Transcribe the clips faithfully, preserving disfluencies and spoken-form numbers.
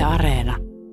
Areena.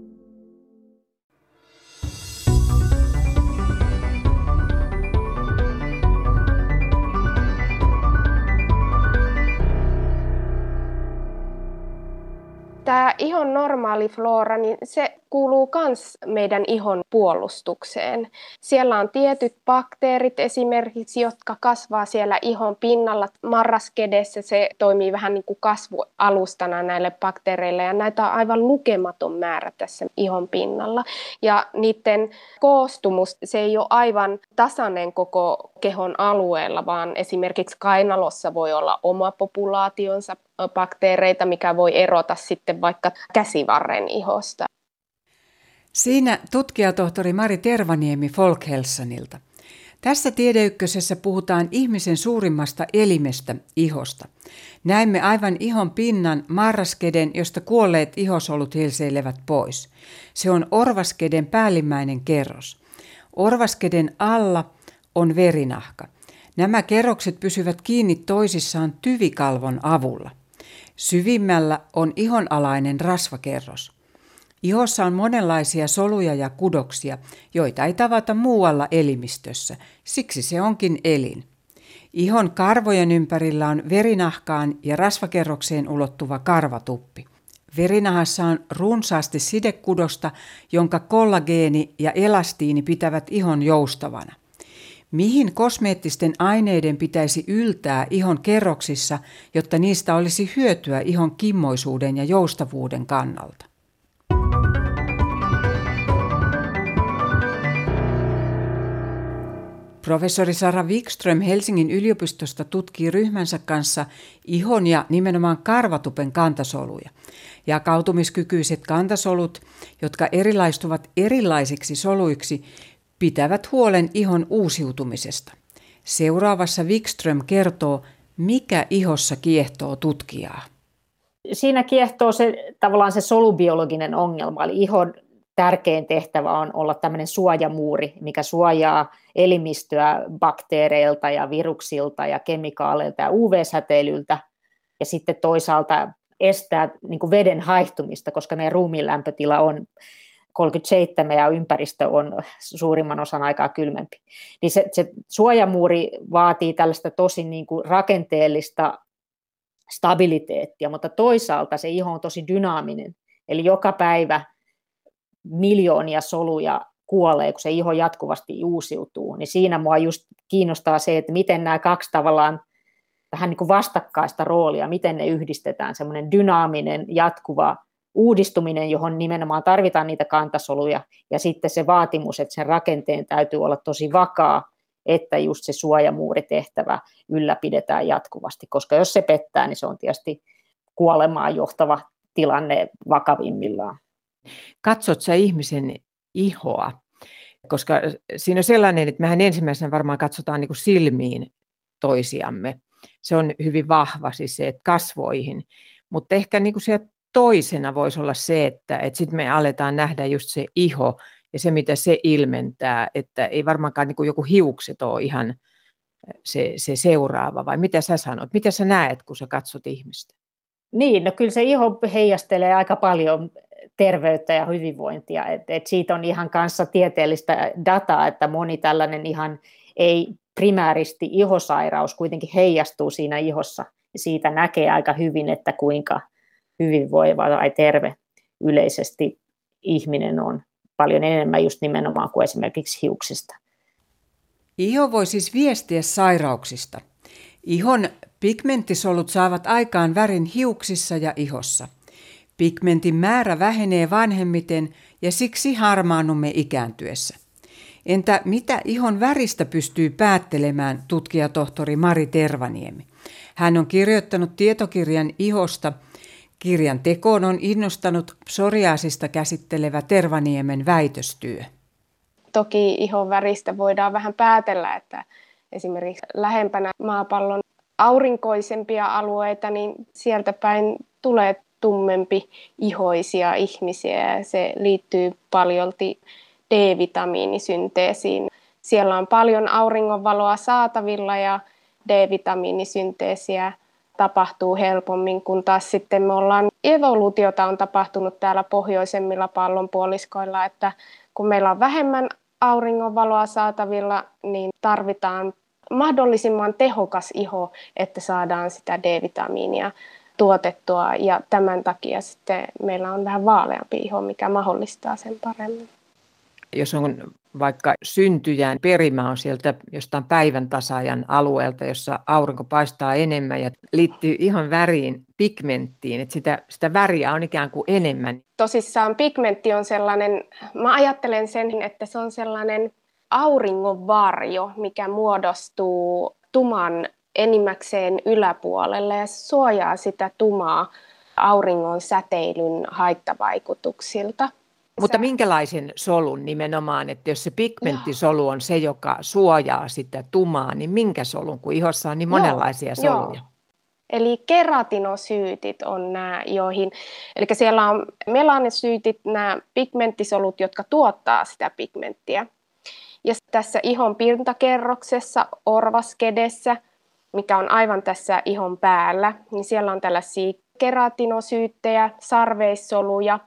Tämä ihon normaali flora, niin se kuuluu myös meidän ihon puolustukseen. Siellä on tietyt bakteerit esimerkiksi, jotka kasvaa siellä ihon pinnalla. Marraskedessä se toimii vähän niin kuin kasvualustana näille bakteereille ja näitä on aivan lukematon määrä tässä ihon pinnalla. Ja niiden koostumus, se ei ole aivan tasainen koko kehon alueella, vaan esimerkiksi kainalossa voi olla oma populaationsa bakteereita, mikä voi erota sitten vaikka käsivarren ihosta. Siinä tutkijatohtori Mari Tervaniemi Folkhälsanilta. Tässä Tiedeykkösessä puhutaan ihmisen suurimmasta elimestä, ihosta. Näemme aivan ihon pinnan marraskeden, josta kuolleet ihosolut hilseilevät pois. Se on orvaskeden päällimmäinen kerros. Orvaskeden alla on verinahka. Nämä kerrokset pysyvät kiinni toisissaan tyvikalvon avulla. Syvimmällä on ihonalainen rasvakerros. Ihossa on monenlaisia soluja ja kudoksia, joita ei tavata muualla elimistössä, siksi se onkin elin. Ihon karvojen ympärillä on verinahkaan ja rasvakerrokseen ulottuva karvatuppi. Verinahassa on runsaasti sidekudosta, jonka kollageeni ja elastiini pitävät ihon joustavana. Mihin kosmeettisten aineiden pitäisi yltää ihon kerroksissa, jotta niistä olisi hyötyä ihon kimmoisuuden ja joustavuuden kannalta? Professori Sara Wikström Helsingin yliopistosta tutkii ryhmänsä kanssa ihon ja nimenomaan karvatupen kantasoluja. Jakautumiskykyiset kantasolut, jotka erilaistuvat erilaisiksi soluiksi, pitävät huolen ihon uusiutumisesta. Seuraavassa Wikström kertoo, mikä ihossa kiehtoo tutkijaa. Siinä kiehtoo se, tavallaan se solubiologinen ongelma, eli ihon tärkein tehtävä on olla tämmöinen suojamuuri, mikä suojaa elimistöä bakteereilta ja viruksilta ja kemikaaleilta ja U V-säteilyltä ja sitten toisaalta estää niin kuin veden haihtumista, koska meidän ruumiin lämpötila on kolmekymmentäseitsemän ja ympäristö on suurimman osan aikaa kylmempi. Niin se, se suojamuuri vaatii tällaista tosi niin kuin rakenteellista stabiliteettia, mutta toisaalta se iho on tosi dynaaminen. Eli joka päivä miljoonia soluja kuolee, kun se iho jatkuvasti uusiutuu. Niin siinä mua just kiinnostaa se, että miten nämä kaksi tavallaan vähän niin kuin vastakkaista roolia, miten ne yhdistetään, semmoinen dynaaminen, jatkuva uudistuminen, johon nimenomaan tarvitaan niitä kantasoluja, ja sitten se vaatimus, että sen rakenteen täytyy olla tosi vakaa, että just se suojamuuritehtävä ylläpidetään jatkuvasti, koska jos se pettää, niin se on tietysti kuolemaan johtava tilanne vakavimmillaan. Katsot sä ihmisen ihoa? Koska siinä on sellainen, että mehän ensimmäisenä varmaan katsotaan niin kuin silmiin toisiamme. Se on hyvin vahva, siis se, että kasvoihin. Mutta ehkä niin kuin siellä toisena voisi olla se, että, että sitten me aletaan nähdä just se iho ja se, mitä se ilmentää. Että ei varmaankaan niin kuin joku hiukset ole ihan se, se seuraava, vai mitä sä sanot? Mitä sä näet, kun sä katsot ihmistä? Niin, no kyllä se iho heijastelee aika paljon terveyttä ja hyvinvointia. Et, et siitä on ihan kanssa tieteellistä dataa, että moni tällainen ihan ei primääristi ihosairaus kuitenkin heijastuu siinä ihossa. Ja siitä näkee aika hyvin, että kuinka hyvinvoiva tai terve yleisesti ihminen on. Paljon enemmän just nimenomaan kuin esimerkiksi hiuksista. Iho voi siis viestiä sairauksista. Ihon pigmenttisolut saavat aikaan värin hiuksissa ja ihossa. Pigmentin määrä vähenee vanhemmiten ja siksi harmaannumme ikääntyessä. Entä mitä ihon väristä pystyy päättelemään tutkijatohtori Mari Tervaniemi? Hän on kirjoittanut tietokirjan ihosta. Kirjan tekoon on innostanut psoriaasista käsittelevä Tervaniemen väitöstyö. Toki ihon väristä voidaan vähän päätellä, että esimerkiksi lähempänä maapallon aurinkoisempia alueita, niin sieltä päin tulee tummempi ihoisia ihmisiä ja se liittyy paljolti D-vitamiinisynteesiin. Siellä on paljon auringonvaloa saatavilla ja D-vitamiinisynteesiä tapahtuu helpommin, kun taas sitten me ollaan, evoluutiota on tapahtunut täällä pohjoisemmilla pallonpuoliskoilla, että kun meillä on vähemmän auringonvaloa saatavilla, niin tarvitaan mahdollisimman tehokas iho, että saadaan sitä D-vitamiinia tuotettua, ja tämän takia sitten meillä on vähän vaaleampi iho, mikä mahdollistaa sen paremmin. Jos on vaikka syntyjän perimä on sieltä jostain päivän tasaajan alueelta, jossa aurinko paistaa enemmän ja liittyy ihon väriin, pigmenttiin, että sitä, sitä väriä on ikään kuin enemmän. Tosissaan pigmentti on sellainen, mä ajattelen sen, että se on sellainen auringonvarjo, mikä muodostuu tuman enimmäkseen yläpuolelle ja suojaa sitä tumaa auringon säteilyn haittavaikutuksilta. Mutta minkälaisen solun nimenomaan, että jos se pigmenttisolu on se, joka suojaa sitä tumaa, niin minkä solun, kun ihossa on niin monenlaisia joo, soluja? Joo. Eli keratinosyytit on nämä, joihin, eli siellä on melanosyytit, nämä pigmenttisolut, jotka tuottaa sitä pigmenttiä. Ja tässä ihon pintakerroksessa, orvaskedessä, mikä on aivan tässä ihon päällä, niin siellä on tällaisia keratinosyyttejä, sarveissoluja,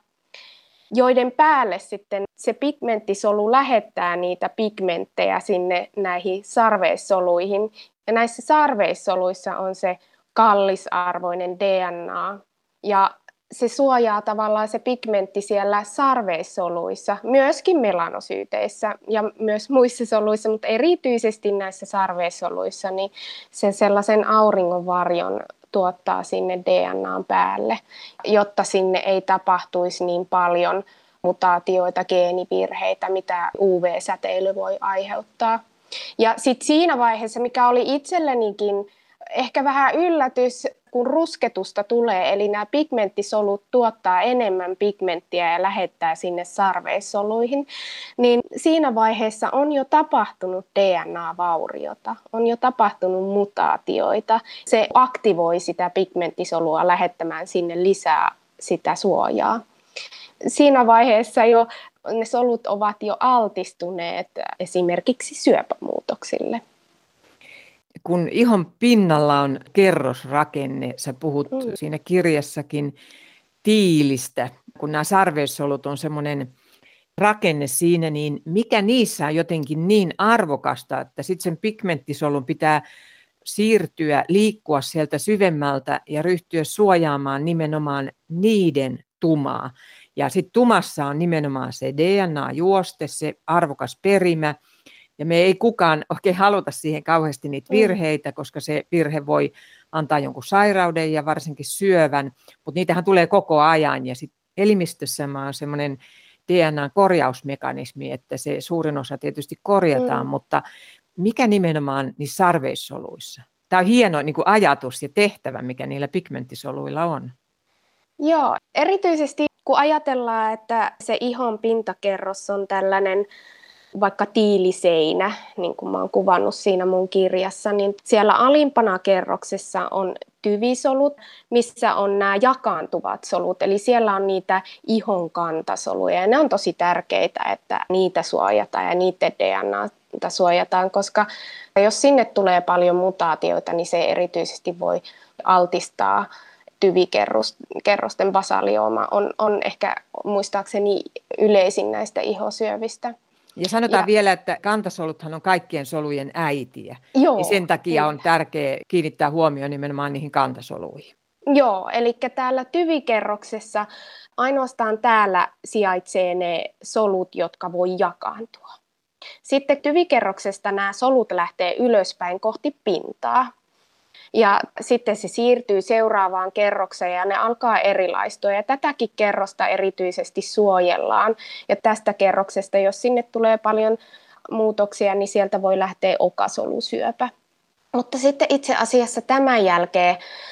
joiden päälle sitten se pigmenttisolu lähettää niitä pigmenttejä sinne näihin sarveissoluihin. Ja näissä sarveissoluissa on se kallisarvoinen D N A. Ja se suojaa tavallaan se pigmentti siellä sarveissoluissa, myöskin melanosyyteissä ja myös muissa soluissa, mutta erityisesti näissä sarveissoluissa, niin se sellaisen auringonvarjon tuottaa sinne D N A:n päälle, jotta sinne ei tapahtuisi niin paljon mutaatioita, geenivirheitä, mitä U V-säteily voi aiheuttaa. Ja sitten siinä vaiheessa, mikä oli itsellenikin ehkä vähän yllätys, kun rusketusta tulee, eli nämä pigmenttisolut tuottaa enemmän pigmenttiä ja lähettää sinne sarveissoluihin, niin siinä vaiheessa on jo tapahtunut D N A-vauriota, on jo tapahtunut mutaatioita. Se aktivoi sitä pigmenttisolua lähettämään sinne lisää sitä suojaa. Siinä vaiheessa jo ne solut ovat jo altistuneet esimerkiksi syöpämuutoksille. Kun ihon pinnalla on kerrosrakenne, sä puhut mm. siinä kirjassakin tiilistä, kun nämä sarveissolut on semmoinen rakenne siinä, niin mikä niissä on jotenkin niin arvokasta, että sitten sen pigmenttisolun pitää siirtyä, liikkua sieltä syvemmältä ja ryhtyä suojaamaan nimenomaan niiden tumaa. Ja sitten tumassa on nimenomaan se D N A-juoste, se arvokas perimä. Ja me ei kukaan oikein haluta siihen kauheasti niitä virheitä, koska se virhe voi antaa jonkun sairauden ja varsinkin syövän, mutta niitähän tulee koko ajan. Ja sitten elimistössä on semmoinen D N A-korjausmekanismi, että se suurin osa tietysti korjataan, mm. mutta mikä nimenomaan niissä sarveissoluissa? Tämä on hieno niin kuin ajatus ja tehtävä, mikä niillä pigmenttisoluilla on. Joo, erityisesti kun ajatellaan, että se ihon pintakerros on tällainen vaikka tiiliseinä, niin kuin mä oon kuvannut siinä mun kirjassa, niin siellä alimpana kerroksessa on tyvisolut, missä on nämä jakaantuvat solut, eli siellä on niitä ihon kantasoluja, ja ne on tosi tärkeitä, että niitä suojataan ja niiden D N A:ta suojataan, koska jos sinne tulee paljon mutaatioita, niin se erityisesti voi altistaa tyvikerrosten basaliooma, on, on ehkä muistaakseni yleisin näistä ihosyövistä. Ja sanotaan ja, vielä, että kantasoluthan on kaikkien solujen äitiä. Joo, ja sen takia on tärkeää kiinnittää huomioon nimenomaan niihin kantasoluihin. Joo, eli täällä tyvikerroksessa ainoastaan täällä sijaitsee ne solut, jotka voi jakaantua. Sitten tyvikerroksesta nämä solut lähtee ylöspäin kohti pintaa. Ja sitten se siirtyy seuraavaan kerrokseen ja ne alkaa erilaistua. Ja tätäkin kerrosta erityisesti suojellaan. Ja tästä kerroksesta, jos sinne tulee paljon muutoksia, niin sieltä voi lähteä okasolusyöpä. Mutta sitten itse asiassa tämän jälkeen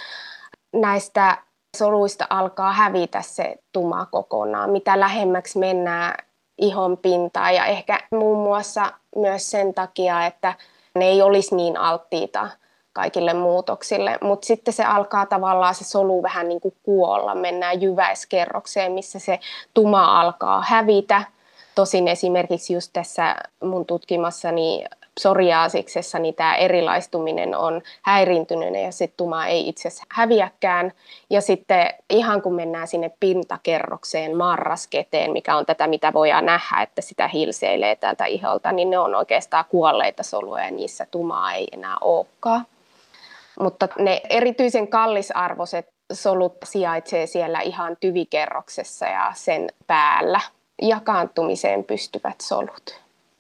näistä soluista alkaa hävitä se tuma kokonaan, mitä lähemmäksi mennään ihon pintaan. Ja ehkä muun muassa myös sen takia, että ne ei olisi niin alttiita kaikille muutoksille, mutta sitten se alkaa tavallaan se solu vähän niin kuin kuolla, mennään jyväiskerrokseen, missä se tuma alkaa hävitä. Tosin esimerkiksi just tässä mun tutkimassani psoriaasiksessa niin tämä erilaistuminen on häiriintynyt ja se tuma ei itse asiassa häviäkään. Ja sitten ihan kun mennään sinne pintakerrokseen, marrasketeen, mikä on tätä, mitä voidaan nähdä, että sitä hilseilee täältä iholta, niin ne on oikeastaan kuolleita soluja ja niissä tumaa ei enää olekaan. Mutta ne erityisen kallisarvoiset solut sijaitsee siellä ihan tyvikerroksessa ja sen päällä. Jakaantumiseen pystyvät solut.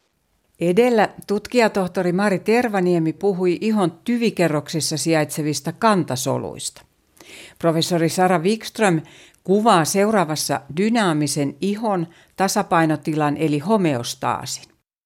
Edellä tutkijatohtori Mari Tervaniemi puhui ihon tyvikerroksissa sijaitsevista kantasoluista. Professori Sara Wikström kuvaa seuraavassa dynaamisen ihon tasapainotilan eli homeostaasin.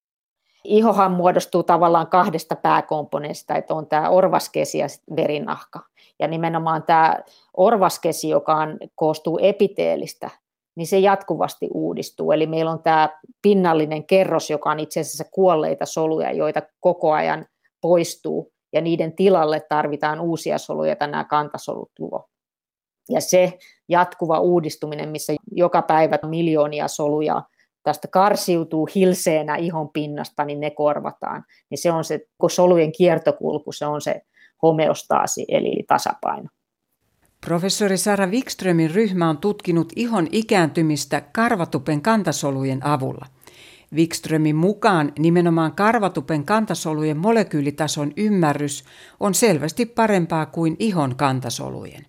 Ihohan muodostuu tavallaan kahdesta pääkomponentista, että on tämä orvaskesi ja verinahka. Ja nimenomaan tämä orvaskesi, joka on, koostuu epiteelistä, niin se jatkuvasti uudistuu. Eli meillä on tämä pinnallinen kerros, joka on itse asiassa kuolleita soluja, joita koko ajan poistuu, ja niiden tilalle tarvitaan uusia soluja, joita nämä kantasolut luo. Ja se jatkuva uudistuminen, missä joka päivä miljoonia soluja tästä karsiutuu hilseenä ihon pinnasta, niin ne korvataan. Niin se on se solujen kiertokulku, se on se homeostaasi, eli tasapaino. Professori Sara Wikströmin ryhmä on tutkinut ihon ikääntymistä karvatupen kantasolujen avulla. Wikströmin mukaan nimenomaan karvatupen kantasolujen molekyylitason ymmärrys on selvästi parempaa kuin ihon kantasolujen.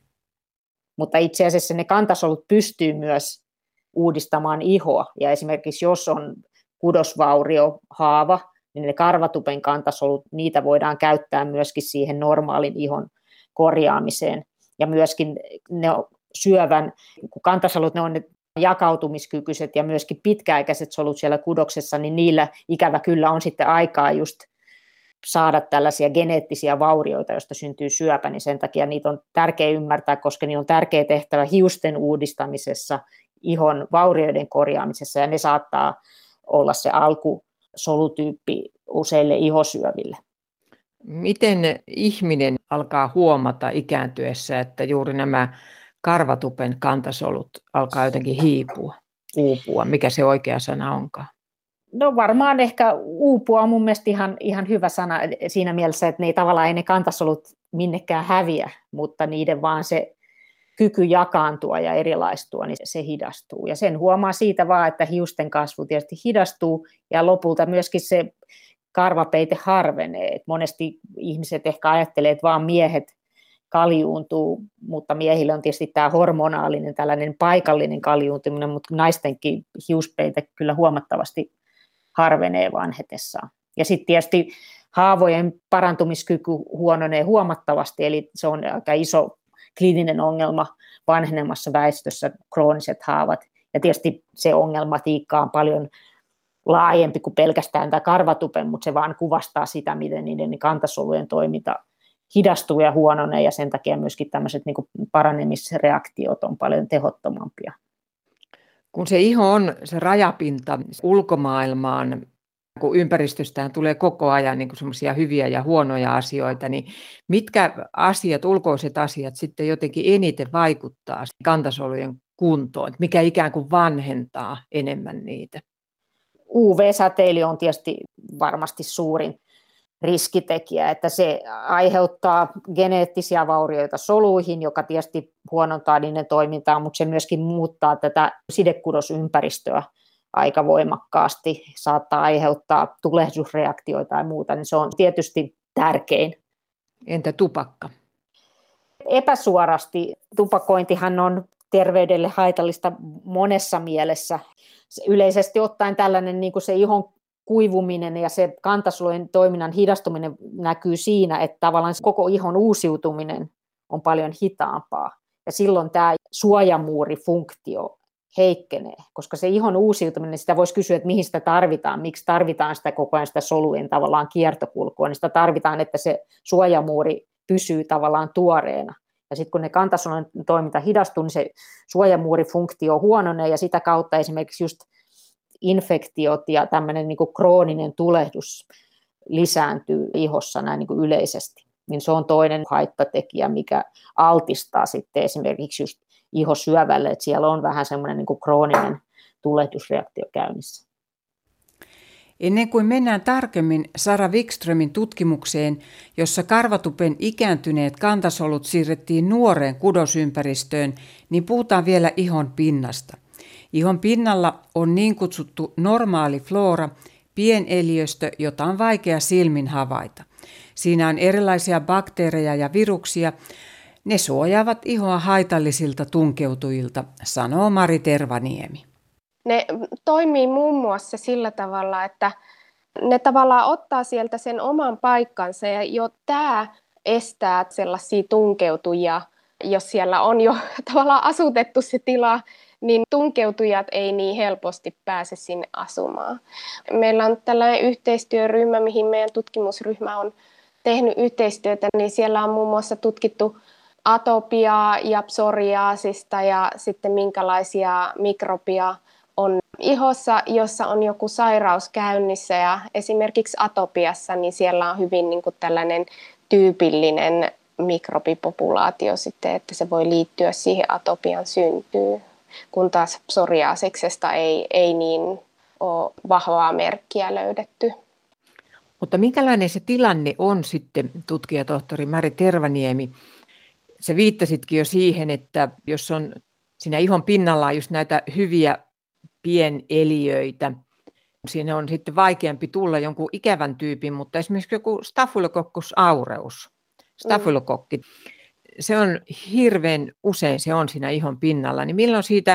Mutta itse asiassa ne kantasolut pystyy myös uudistamaan ihoa. Ja esimerkiksi jos on kudosvaurio, haava, niin ne karvatupen kantasolut, niitä voidaan käyttää myöskin siihen normaalin ihon korjaamiseen. Ja myöskin ne syövän, kun kantasolut ne on ne jakautumiskykyiset ja myöskin pitkäaikaiset solut siellä kudoksessa, niin niillä ikävä kyllä on sitten aikaa just saada tällaisia geneettisiä vaurioita, joista syntyy syöpä, niin sen takia niitä on tärkeää ymmärtää, koska niillä on tärkeä tehtävä hiusten uudistamisessa, ihon vaurioiden korjaamisessa, ja ne saattaa olla se alkusolutyyppi useille ihosyöville. Miten ihminen alkaa huomata ikääntyessä, että juuri nämä karvatupen kantasolut alkaa jotenkin hiipua, uupua? Mikä se oikea sana onkaan? No varmaan ehkä uupua on mun mielestä ihan, ihan hyvä sana siinä mielessä, että ne ei tavallaan ei ne kantasolut minnekään häviä, mutta niiden vaan se kyky jakaantua ja erilaistua, niin se hidastuu. Ja sen huomaa siitä vaan, että hiusten kasvu tietysti hidastuu ja lopulta myöskin se karvapeite harvenee. Et monesti ihmiset ehkä ajattelee, että vaan miehet kaljuuntuu, mutta miehillä on tietysti tämä hormonaalinen, tällainen paikallinen kaljuuntuminen, mutta naistenkin hiuspeite kyllä huomattavasti harvenee vanhetessaan. Ja sitten tietysti haavojen parantumiskyky huononee huomattavasti, eli se on aika iso kliininen ongelma vanhenemassa väestössä, krooniset haavat. Ja tietysti se ongelmatiikka on paljon laajempi kuin pelkästään tämä karvatupen, mutta se vaan kuvastaa sitä, miten niiden kantasolujen toiminta hidastuu ja huononee, ja sen takia myöskin tämmöiset niin kuin paranemisreaktiot on paljon tehottomampia. Kun se iho on se rajapinta ulkomaailmaan, kun ympäristöstään tulee koko ajan niin semmoisia hyviä ja huonoja asioita, niin mitkä asiat, ulkoiset asiat sitten jotenkin eniten vaikuttaa kantasolujen kuntoon? Mikä ikään kuin vanhentaa enemmän niitä? U V-säteily on tietysti varmasti suurin riskitekijä, että se aiheuttaa geneettisiä vaurioita soluihin, joka tietysti huonontaa niiden toimintaa, mutta se myöskin muuttaa tätä sidekudosympäristöä aika voimakkaasti, saattaa aiheuttaa tulehdusreaktioita ja muuta, niin se on tietysti tärkein. Entä tupakka? Epäsuorasti tupakointihan on terveydelle haitallista monessa mielessä. Yleisesti ottaen tällainen niin kuin se ihon kuivuminen ja se kantasolujen toiminnan hidastuminen näkyy siinä, että tavallaan koko ihon uusiutuminen on paljon hitaampaa. Ja silloin tämä suojamuurifunktio heikkenee, koska se ihon uusiutuminen, sitä voisi kysyä, että mihin sitä tarvitaan, miksi tarvitaan sitä koko ajan sitä solujen tavallaan kiertokulkua, niin sitä tarvitaan, että se suojamuuri pysyy tavallaan tuoreena. Ja sitten kun ne kantasolujen toiminta hidastuu, niin se suojamuurifunktio huononee ja sitä kautta esimerkiksi just infektiot ja tämmöinen niin kuin krooninen tulehdus lisääntyy ihossa näin niin kuin yleisesti. Niin se on toinen haittatekijä, mikä altistaa sitten esimerkiksi just ihosyövälle, että siellä on vähän semmoinen niin kuin krooninen tulehdusreaktio käynnissä. Ennen kuin mennään tarkemmin Sara Wikströmin tutkimukseen, jossa karvatupen ikääntyneet kantasolut siirrettiin nuoreen kudosympäristöön, niin puhutaan vielä ihon pinnasta. Ihon pinnalla on niin kutsuttu normaali flora, pieneliöstö, jota on vaikea silmin havaita. Siinä on erilaisia bakteereja ja viruksia. Ne suojaavat ihoa haitallisilta tunkeutujilta, sanoo Mari Tervaniemi. Ne toimii muun muassa sillä tavalla, että ne tavallaan ottaa sieltä sen oman paikkansa ja jo tämä estää sellaisia tunkeutujia, jos siellä on jo tavallaan asutettu se tila, niin tunkeutujat ei niin helposti pääse sinne asumaan. Meillä on tällainen yhteistyöryhmä, mihin meidän tutkimusryhmä on tehnyt yhteistyötä, niin siellä on muun muassa tutkittu atopiaa ja psoriaasista ja sitten minkälaisia mikrobia on ihossa, jossa on joku sairaus käynnissä, ja esimerkiksi atopiassa, niin siellä on hyvin niin kuin tällainen tyypillinen mikrobipopulaatio sitten, että se voi liittyä siihen atopian syntyyn, kun taas psoriaasiksesta ei, ei niin ole vahvaa merkkiä löydetty. Mutta minkälainen se tilanne on sitten, tutkijatohtori Mari Tervaniemi? Sä viittasitkin jo siihen, että jos on siinä ihon pinnalla just näitä hyviä pieneliöitä, siinä on sitten vaikeampi tulla jonkun ikävän tyypin, mutta esimerkiksi joku Staphylococcus aureus, stafylokokki, se on hirveän usein se on siinä ihon pinnalla, niin milloin siitä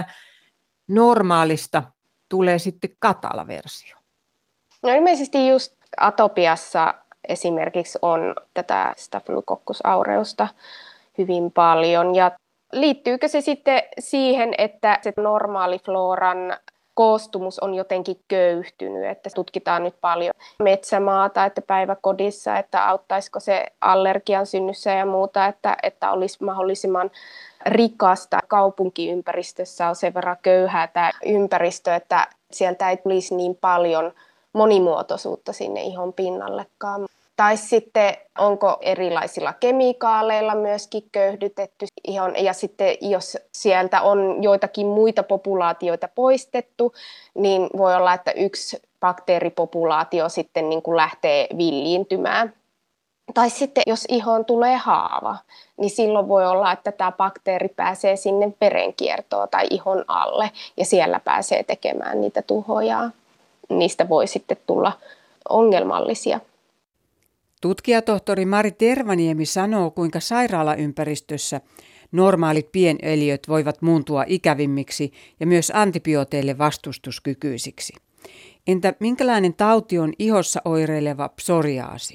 normaalista tulee sitten katala versio? No ilmeisesti just atopiassa esimerkiksi on tätä Staphylococcus aureusta hyvin paljon, ja liittyykö se sitten siihen, että se normaali floran koostumus on jotenkin köyhtynyt, että tutkitaan nyt paljon metsämaata, että päiväkodissa, että auttaisiko se allergian synnyssä ja muuta, että, että olisi mahdollisimman rikasta. Kaupunkiympäristössä on sen verran köyhää tämä ympäristö, että sieltä ei tulisi niin paljon monimuotoisuutta sinne ihon pinnallekaan. Tai sitten onko erilaisilla kemikaaleilla myöskin köyhdytetty ihon, ja sitten jos sieltä on joitakin muita populaatioita poistettu, niin voi olla, että yksi bakteeripopulaatio sitten niin kuin lähtee villiintymään. Tai sitten jos ihoon tulee haava, niin silloin voi olla, että tämä bakteeri pääsee sinne verenkiertoon tai ihon alle, ja siellä pääsee tekemään niitä tuhoja. Niistä voi sitten tulla ongelmallisia. Tutkijatohtori Mari Tervaniemi sanoo, kuinka sairaalaympäristössä normaalit pieneliöt voivat muuntua ikävimmiksi ja myös antibiooteille vastustuskykyisiksi. Entä minkälainen tauti on ihossa oireileva psoriaasi?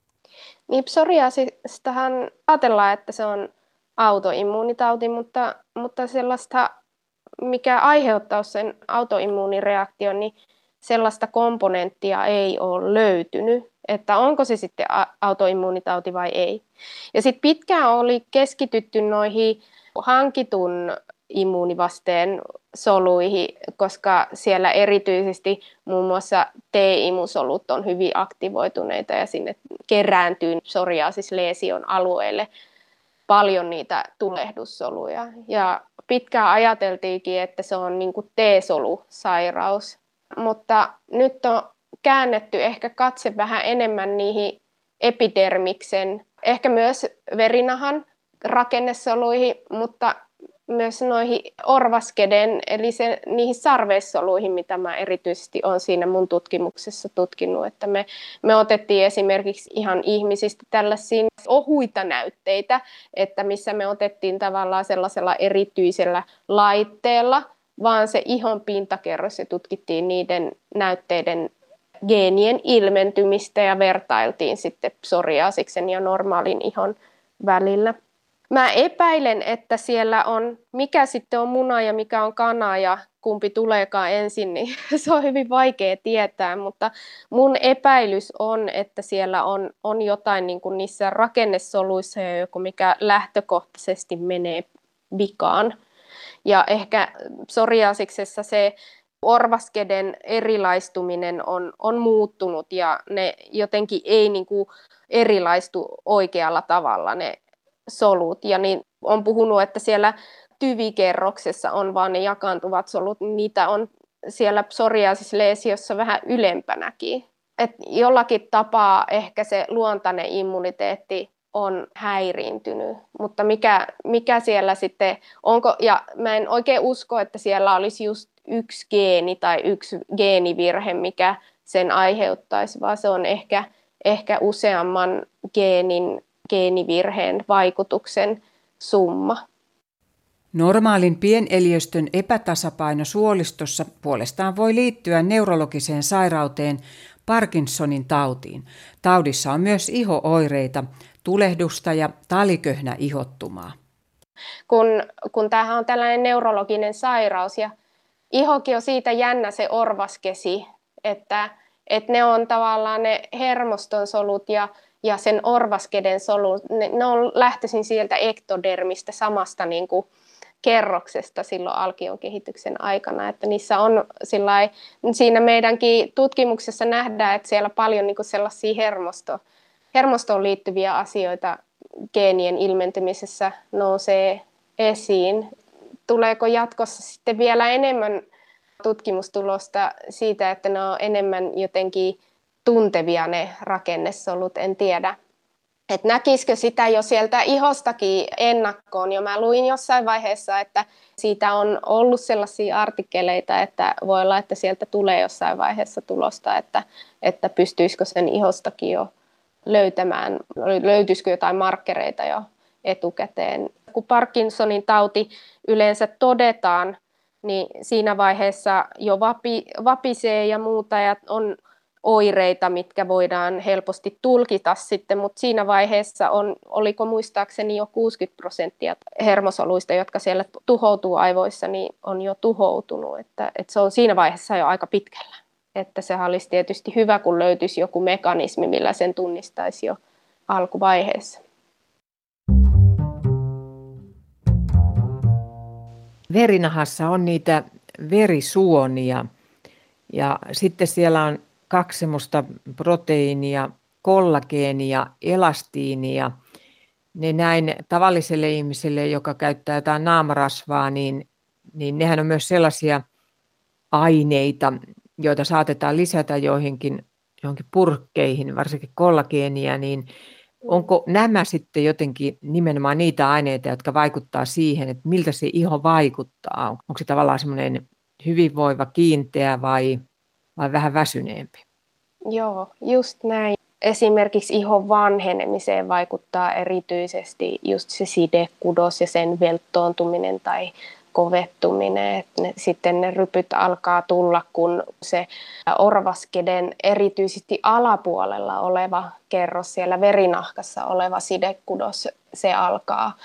Niin psoriaasistahan ajatellaan, että se on autoimmuunitauti, mutta, mutta sellaista, mikä aiheuttaa sen autoimmuunireaktion, niin sellaista komponenttia ei ole löytynyt, että onko se sitten autoimmuunitauti vai ei. Ja sitten pitkään oli keskitytty noihin hankitun immuunivasteen soluihin, koska siellä erityisesti muun muassa T-imusolut on hyvin aktivoituneita ja sinne kerääntyy psoriaasisleesion alueelle paljon niitä tulehdussoluja. Ja pitkään ajateltiinkin, että se on niin kuin T-solusairaus, mutta nyt on käännetty ehkä katse vähän enemmän niihin epidermiksen, ehkä myös verinahan rakennesoluihin, mutta myös noihin orvaskeden, eli se, niihin sarveissoluihin, mitä mä erityisesti olen siinä mun tutkimuksessa tutkinut. Että me, me otettiin esimerkiksi ihan ihmisistä tällaisia ohuita näytteitä, että missä me otettiin tavallaan sellaisella erityisellä laitteella, vaan se ihon pintakerros ja tutkittiin niiden näytteiden geenien ilmentymistä ja vertailtiin sitten psoriaasiksen ja normaalin ihon välillä. Mä epäilen, että siellä on, mikä sitten on muna ja mikä on kana ja kumpi tuleekaan ensin, niin se on hyvin vaikea tietää, mutta mun epäilys on, että siellä on, on jotain niin kuin niissä rakennesoluissa, joku mikä lähtökohtaisesti menee vikaan. Ja ehkä psoriaasiksessa se orvaskeden erilaistuminen on, on muuttunut ja ne jotenkin ei niin kuin erilaistu oikealla tavalla ne solut. Ja niin on puhunut, että siellä tyvikerroksessa on vaan ne jakaantuvat solut, niitä on siellä psoriasisleesiossa vähän ylempänäkin. Et jollakin tapaa ehkä se luontainen immuniteetti on häiriintynyt, mutta mikä, mikä siellä sitten, onko, ja mä en oikein usko, että siellä olisi just yksi geeni tai yksi geenivirhe, mikä sen aiheuttaisi, vaan se on ehkä, ehkä useamman geenin, geenivirheen vaikutuksen summa. Normaalin pieneliöstön epätasapaino suolistossa puolestaan voi liittyä neurologiseen sairauteen Parkinsonin tautiin. Taudissa on myös iho-oireita, tulehdusta ja taliköhnäihottumaa. Kun, kun tämähän on tällainen neurologinen sairaus ja ihokin on siitä jännä se orvaskesi, että, että ne on tavallaan ne hermoston solut ja, ja sen orvaskeden solut, ne, ne on lähtöisin sieltä ektodermistä samasta niin kuin kerroksesta silloin alkion kehityksen aikana, että niissä on sillai, siinä meidänkin tutkimuksessa nähdään, että siellä paljon niin kuin sellaisia hermosto, hermostoon liittyviä asioita geenien ilmentymisessä nousee esiin. Tuleeko jatkossa sitten vielä enemmän tutkimustulosta siitä, että ne on enemmän jotenkin tuntevia ne rakennesolut, en tiedä. Et näkisikö sitä jo sieltä ihostakin ennakkoon? Jo mä luin jossain vaiheessa, että siitä on ollut sellaisia artikkeleita, että voi olla, että sieltä tulee jossain vaiheessa tulosta, että, että pystyisikö sen ihostakin jo löytämään, löytyisikö jotain markkereita jo etukäteen. Kun Parkinsonin tauti yleensä todetaan, niin siinä vaiheessa jo vapi, vapisee ja muuta ja on oireita, mitkä voidaan helposti tulkita sitten, mutta siinä vaiheessa on, oliko muistaakseni jo kuusikymmentä prosenttia hermosoluista, jotka siellä tuhoutuu aivoissa, niin on jo tuhoutunut, että, että se on siinä vaiheessa jo aika pitkällä. Että se olisi tietysti hyvä, kun löytyisi joku mekanismi, millä sen tunnistaisi jo alkuvaiheessa. Verinahassa on niitä verisuonia ja sitten siellä on kaksi semmoista proteiinia, kollageenia, elastiinia. Ne näin tavalliselle ihmiselle, joka käyttää jotain naamarasvaa, niin, niin nehän on myös sellaisia aineita, joita saatetaan lisätä joihinkin, johonkin purkkeihin, varsinkin kollageenia, niin onko nämä sitten jotenkin nimenomaan niitä aineita, jotka vaikuttaa siihen, että miltä se iho vaikuttaa? Onko se tavallaan semmoinen hyvinvoiva, kiinteä vai, vai vähän väsyneempi? Joo, just näin. Esimerkiksi ihon vanhenemiseen vaikuttaa erityisesti just se sidekudos ja sen velttoontuminen tai kovettuminen. Että ne, sitten ne rypyt alkaa tulla, kun se orvaskeden erityisesti alapuolella oleva kerros, siellä verinahkassa oleva sidekudos, se alkaa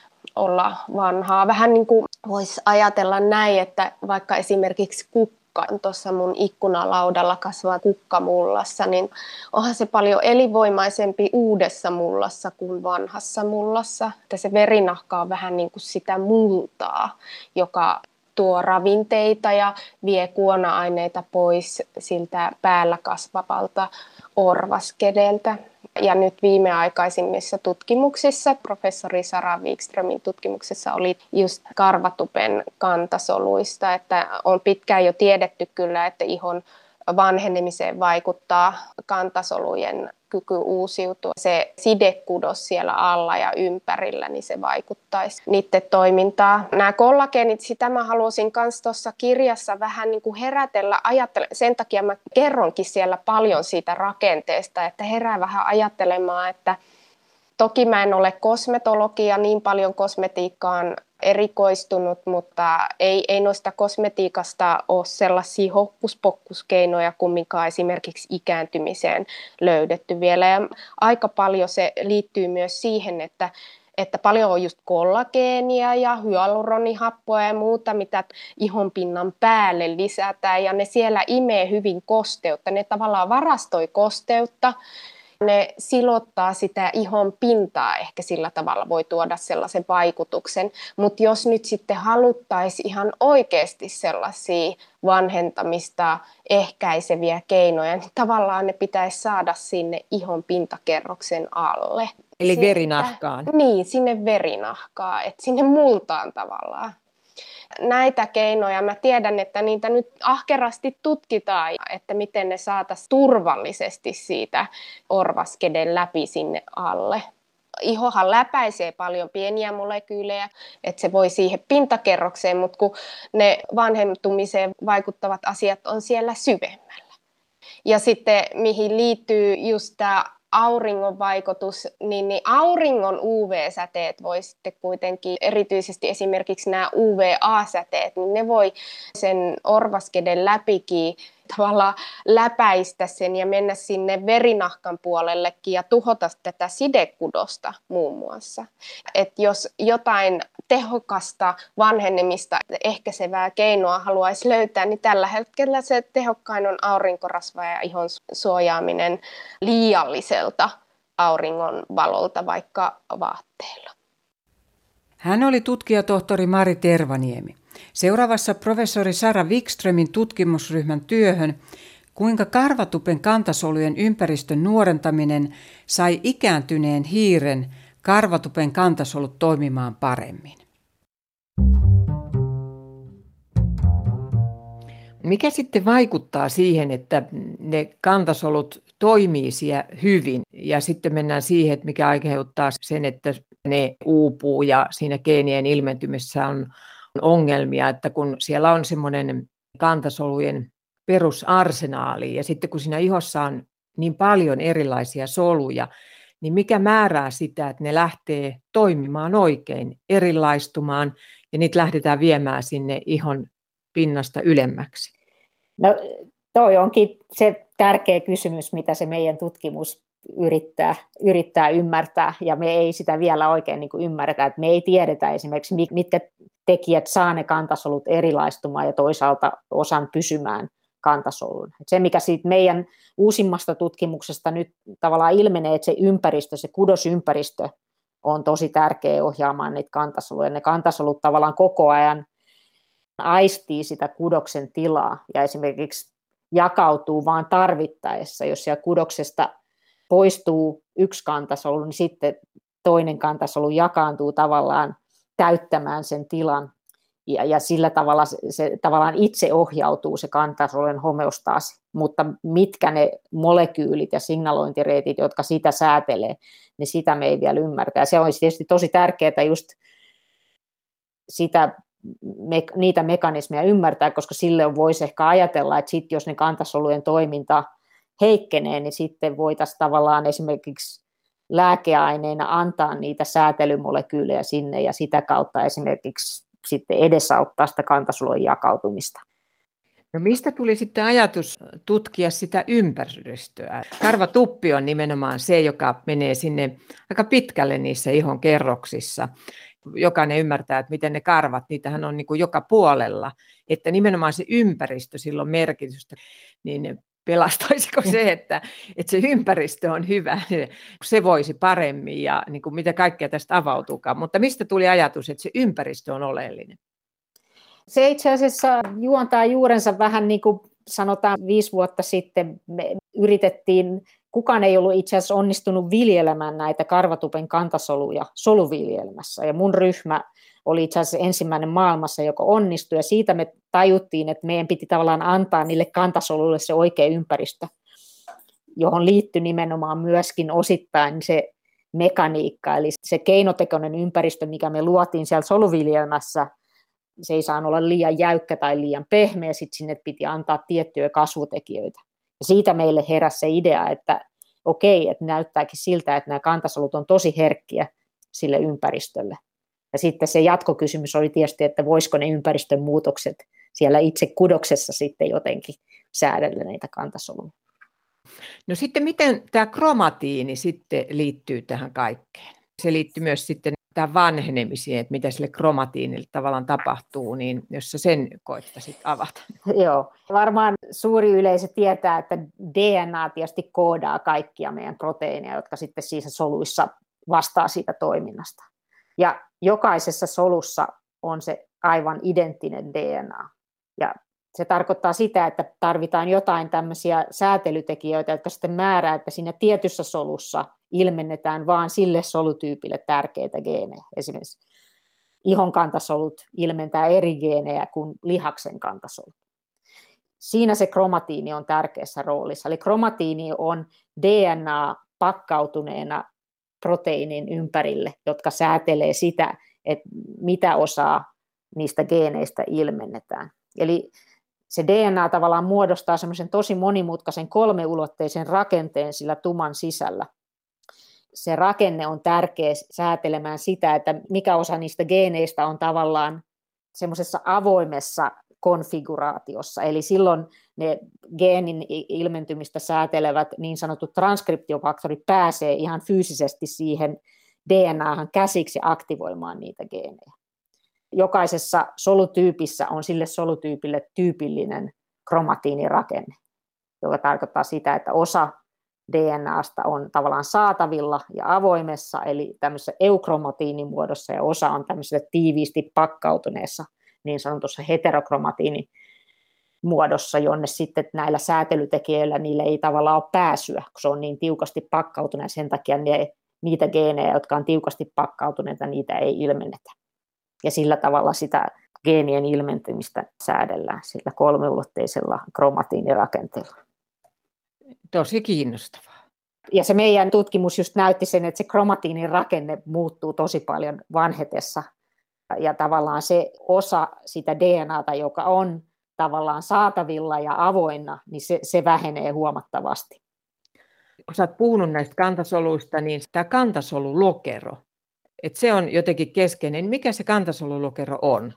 olla vanhaa. Vähän niin kuin voisi ajatella näin, että vaikka esimerkiksi kukka, tuossa mun ikkunalaudalla kasvaa kukkamullassa, niin onhan se paljon elinvoimaisempi uudessa mullassa kuin vanhassa mullassa. Että se verinahka on vähän niin kuin sitä multaa, joka tuo ravinteita ja vie kuona-aineita pois siltä päällä kasvavalta orvaskedeltä. Ja nyt viimeaikaisimmissa tutkimuksissa, professori Sara Wikströmin tutkimuksessa oli just karvatupen kantasoluista, että on pitkään jo tiedetty kyllä, että ihon vanhenemiseen vaikuttaa kantasolujen kyky uusiutua. Se sidekudos siellä alla ja ympärillä, niin se vaikuttaisi niiden toimintaan. Nämä kollageenit, sitä mä halusin myös tuossa kirjassa vähän niin kuin herätellä, ajattele. Sen takia mä kerronkin siellä paljon siitä rakenteesta, että herää vähän ajattelemaan, että toki mä en ole kosmetologia, niin paljon kosmetiikkaan erikoistunut, mutta ei, ei noista kosmetiikasta ole sellaisia hokkuspokkuskeinoja kumminkaan esimerkiksi ikääntymiseen löydetty vielä. Ja aika paljon se liittyy myös siihen, että, että paljon on just kollageenia ja hyaluronihappoa ja muuta, mitä ihonpinnan päälle lisätään, ja ne siellä imee hyvin kosteutta. Ne tavallaan varastoi kosteutta. Ne silottaa sitä ihon pintaa, ehkä sillä tavalla voi tuoda sellaisen vaikutuksen, mutta jos nyt sitten haluttaisiin ihan oikeasti sellaisia vanhentamista ehkäiseviä keinoja, niin tavallaan ne pitäisi saada sinne ihon pintakerroksen alle. Eli verinahkaan. Niin, sinne verinahkaan, että sinne multaan tavallaan. Näitä keinoja mä tiedän, että niitä nyt ahkerasti tutkitaan, että miten ne saataisiin turvallisesti siitä orvaskeden läpi sinne alle. Ihohan läpäisee paljon pieniä molekyylejä, että se voi siihen pintakerrokseen, mutta kun ne vanhentumiseen vaikuttavat asiat on siellä syvemmällä. Ja sitten mihin liittyy just tämä auringon vaikutus, niin, niin auringon U V-säteet voi sitten kuitenkin, erityisesti esimerkiksi nämä U V A-säteet, niin ne voi sen orvaskeden läpikin tavallaan läpäistä sen ja mennä sinne verinahkan puolellekin ja tuhota tätä sidekudosta muun muassa. Et jos jotain tehokasta vanhenemista ehkäisevää keinoa haluaisi löytää, niin tällä hetkellä se tehokkain on aurinkorasva ja ihon suojaaminen liialliselta auringon valolta vaikka vaatteilla. Hän oli tutkijatohtori Mari Tervaniemi. Seuraavassa professori Sara Wikströmin tutkimusryhmän työhön, kuinka karvatupen kantasolujen ympäristön nuorentaminen sai ikääntyneen hiiren karvatupen kantasolut toimimaan paremmin. Mikä sitten vaikuttaa siihen, että ne kantasolut toimii siellä hyvin ja sitten mennään siihen, että mikä aiheuttaa sen, että ne uupuu ja siinä geenien ilmentymisessä on ongelmia, että kun siellä on semmoinen kantasolujen perusarsenaali ja sitten kun siinä ihossa on niin paljon erilaisia soluja, niin mikä määrää sitä, että ne lähtee toimimaan oikein, erilaistumaan ja niitä lähdetään viemään sinne ihon pinnasta ylemmäksi? No toi onkin se tärkeä kysymys, mitä se meidän tutkimus yrittää, yrittää ymmärtää, ja me ei sitä vielä oikein niin kuin ymmärretä, että me ei tiedetä esimerkiksi, mitkä tekijät saa ne kantasolut erilaistumaan ja toisaalta osan pysymään kantasolun. Et se, mikä siitä meidän uusimmasta tutkimuksesta nyt tavallaan ilmenee, että se ympäristö, se kudosympäristö on tosi tärkeä ohjaamaan niitä kantasoluja. Ne kantasolut tavallaan koko ajan aistii sitä kudoksen tilaa ja esimerkiksi jakautuu vaan tarvittaessa. Jos siellä kudoksesta poistuu yksi kantasolu, niin sitten toinen kantasolu jakaantuu tavallaan täyttämään sen tilan. Ja, ja sillä tavalla se, se tavallaan itse ohjautuu se kantasolujen homeostaasi. Mutta mitkä ne molekyylit ja signalointireitit, jotka sitä säätelee, niin sitä me ei vielä ymmärtää. Se on tietysti tosi tärkeää just sitä, me, niitä mekanismeja ymmärtää, koska silloin voisi ehkä ajatella, että sit jos ne kantasolujen toiminta heikkenee, niin sitten voitaisiin tavallaan esimerkiksi lääkeaineina antaa niitä säätelymolekyylejä sinne ja sitä kautta esimerkiksi sitten edesauttaa sitä kantasolujen jakautumista. No mistä tuli sitten ajatus tutkia sitä ympäristöä? Karvatuppi on nimenomaan se, joka menee sinne aika pitkälle niissä ihon kerroksissa. Jokainen ymmärtää, että miten ne karvat, niitähän on niin kuin joka puolella. Että nimenomaan se ympäristö silloin merkitystä, niin pelastaisiko se, että, että se ympäristö on hyvä, se voisi paremmin ja niin kuin mitä kaikkea tästä avautuukaan. Mutta mistä tuli ajatus, että se ympäristö on oleellinen? Se itse asiassa juontaa juurensa vähän niin kuin sanotaan viisi vuotta sitten me yritettiin, kukaan ei ollut itse asiassa onnistunut viljelemään näitä karvatupen kantasoluja soluviljelmässä ja mun ryhmä oli itse asiassa ensimmäinen maailmassa, joka onnistui, ja siitä me tajuttiin, että meidän piti tavallaan antaa niille kantasoluille se oikea ympäristö, johon liittyi nimenomaan myöskin osittain se mekaniikka, eli se keinotekoinen ympäristö, mikä me luotiin siellä soluviljelmässä, se ei saanut olla liian jäykkä tai liian pehmeä, sitten sinne piti antaa tiettyjä kasvutekijöitä. Ja siitä meille heräsi se idea, että okei, että näyttääkin siltä, että nämä kantasolut on tosi herkkiä sille ympäristölle. Ja sitten se jatkokysymys oli tietysti, että voisiko ne ympäristön muutokset siellä itse kudoksessa sitten jotenkin säädellä näitä kantasoluja. No sitten miten tämä kromatiini sitten liittyy tähän kaikkeen? Se liittyy myös sitten tähän vanhenemiseen, että mitä sille kromatiinille tavallaan tapahtuu, niin jos sä sen koittaisit avata. Joo, varmaan suuri yleisö tietää, että D N A tietysti koodaa kaikkia meidän proteiineja, jotka sitten siinä soluissa vastaa siitä toiminnasta. Ja jokaisessa solussa on se aivan identtinen D N A. Ja se tarkoittaa sitä, että tarvitaan jotain tämmöisiä säätelytekijöitä, jotka sitten määrää, että siinä tietyssä solussa ilmennetään vain sille solutyypille tärkeitä geenejä esimerkiksi. ihon kantasolut ilmentää eri geenejä kuin lihaksen kantasolut. Siinä se kromatiini on tärkeässä roolissa. Eli kromatiini on D N A pakkautuneena proteiinin ympärille, jotka säätelee sitä, että mitä osaa niistä geeneistä ilmennetään. Eli se D N A tavallaan muodostaa semmoisen tosi monimutkaisen kolmeulotteisen rakenteen sillä tuman sisällä. Se rakenne on tärkeä säätelemään sitä, että mikä osa niistä geeneistä on tavallaan semmoisessa avoimessa konfiguraatiossa. Eli silloin ne geenin ilmentymistä säätelevät niin sanotut transkriptiofaktorit pääsee ihan fyysisesti siihen D N A:han käsiksi aktivoimaan niitä geenejä. Jokaisessa solutyypissä on sille solutyypille tyypillinen kromatiinirakenne, joka tarkoittaa sitä, että osa D N A:sta on tavallaan saatavilla ja avoimessa, eli tämmöisessä eukromatiinimuodossa, ja osa on tämmöisessä tiiviisti pakkautuneessa niin sanotussa heterokromatiinimuodossa, jonne sitten näillä säätelytekijöillä niille ei tavallaan ole pääsyä, kun se on niin tiukasti pakkautunut, sen takia ne, niitä geenejä, jotka on tiukasti pakkautuneita, niitä ei ilmennetä. Ja sillä tavalla sitä geenien ilmentymistä säädellään sillä kolmiulotteisella kromatiinirakenteella. Tosi kiinnostavaa. Ja se meidän tutkimus just näytti sen, että se kromatiinin rakenne muuttuu tosi paljon vanhetessa. Ja tavallaan se osa sitä D N A:ta, joka on tavallaan saatavilla ja avoinna, niin se, se vähenee huomattavasti. Kun sä oot puhunut näistä kantasoluista, niin tämä kantasolulokero, että se on jotenkin keskeinen. Mikä se kantasolulokero on?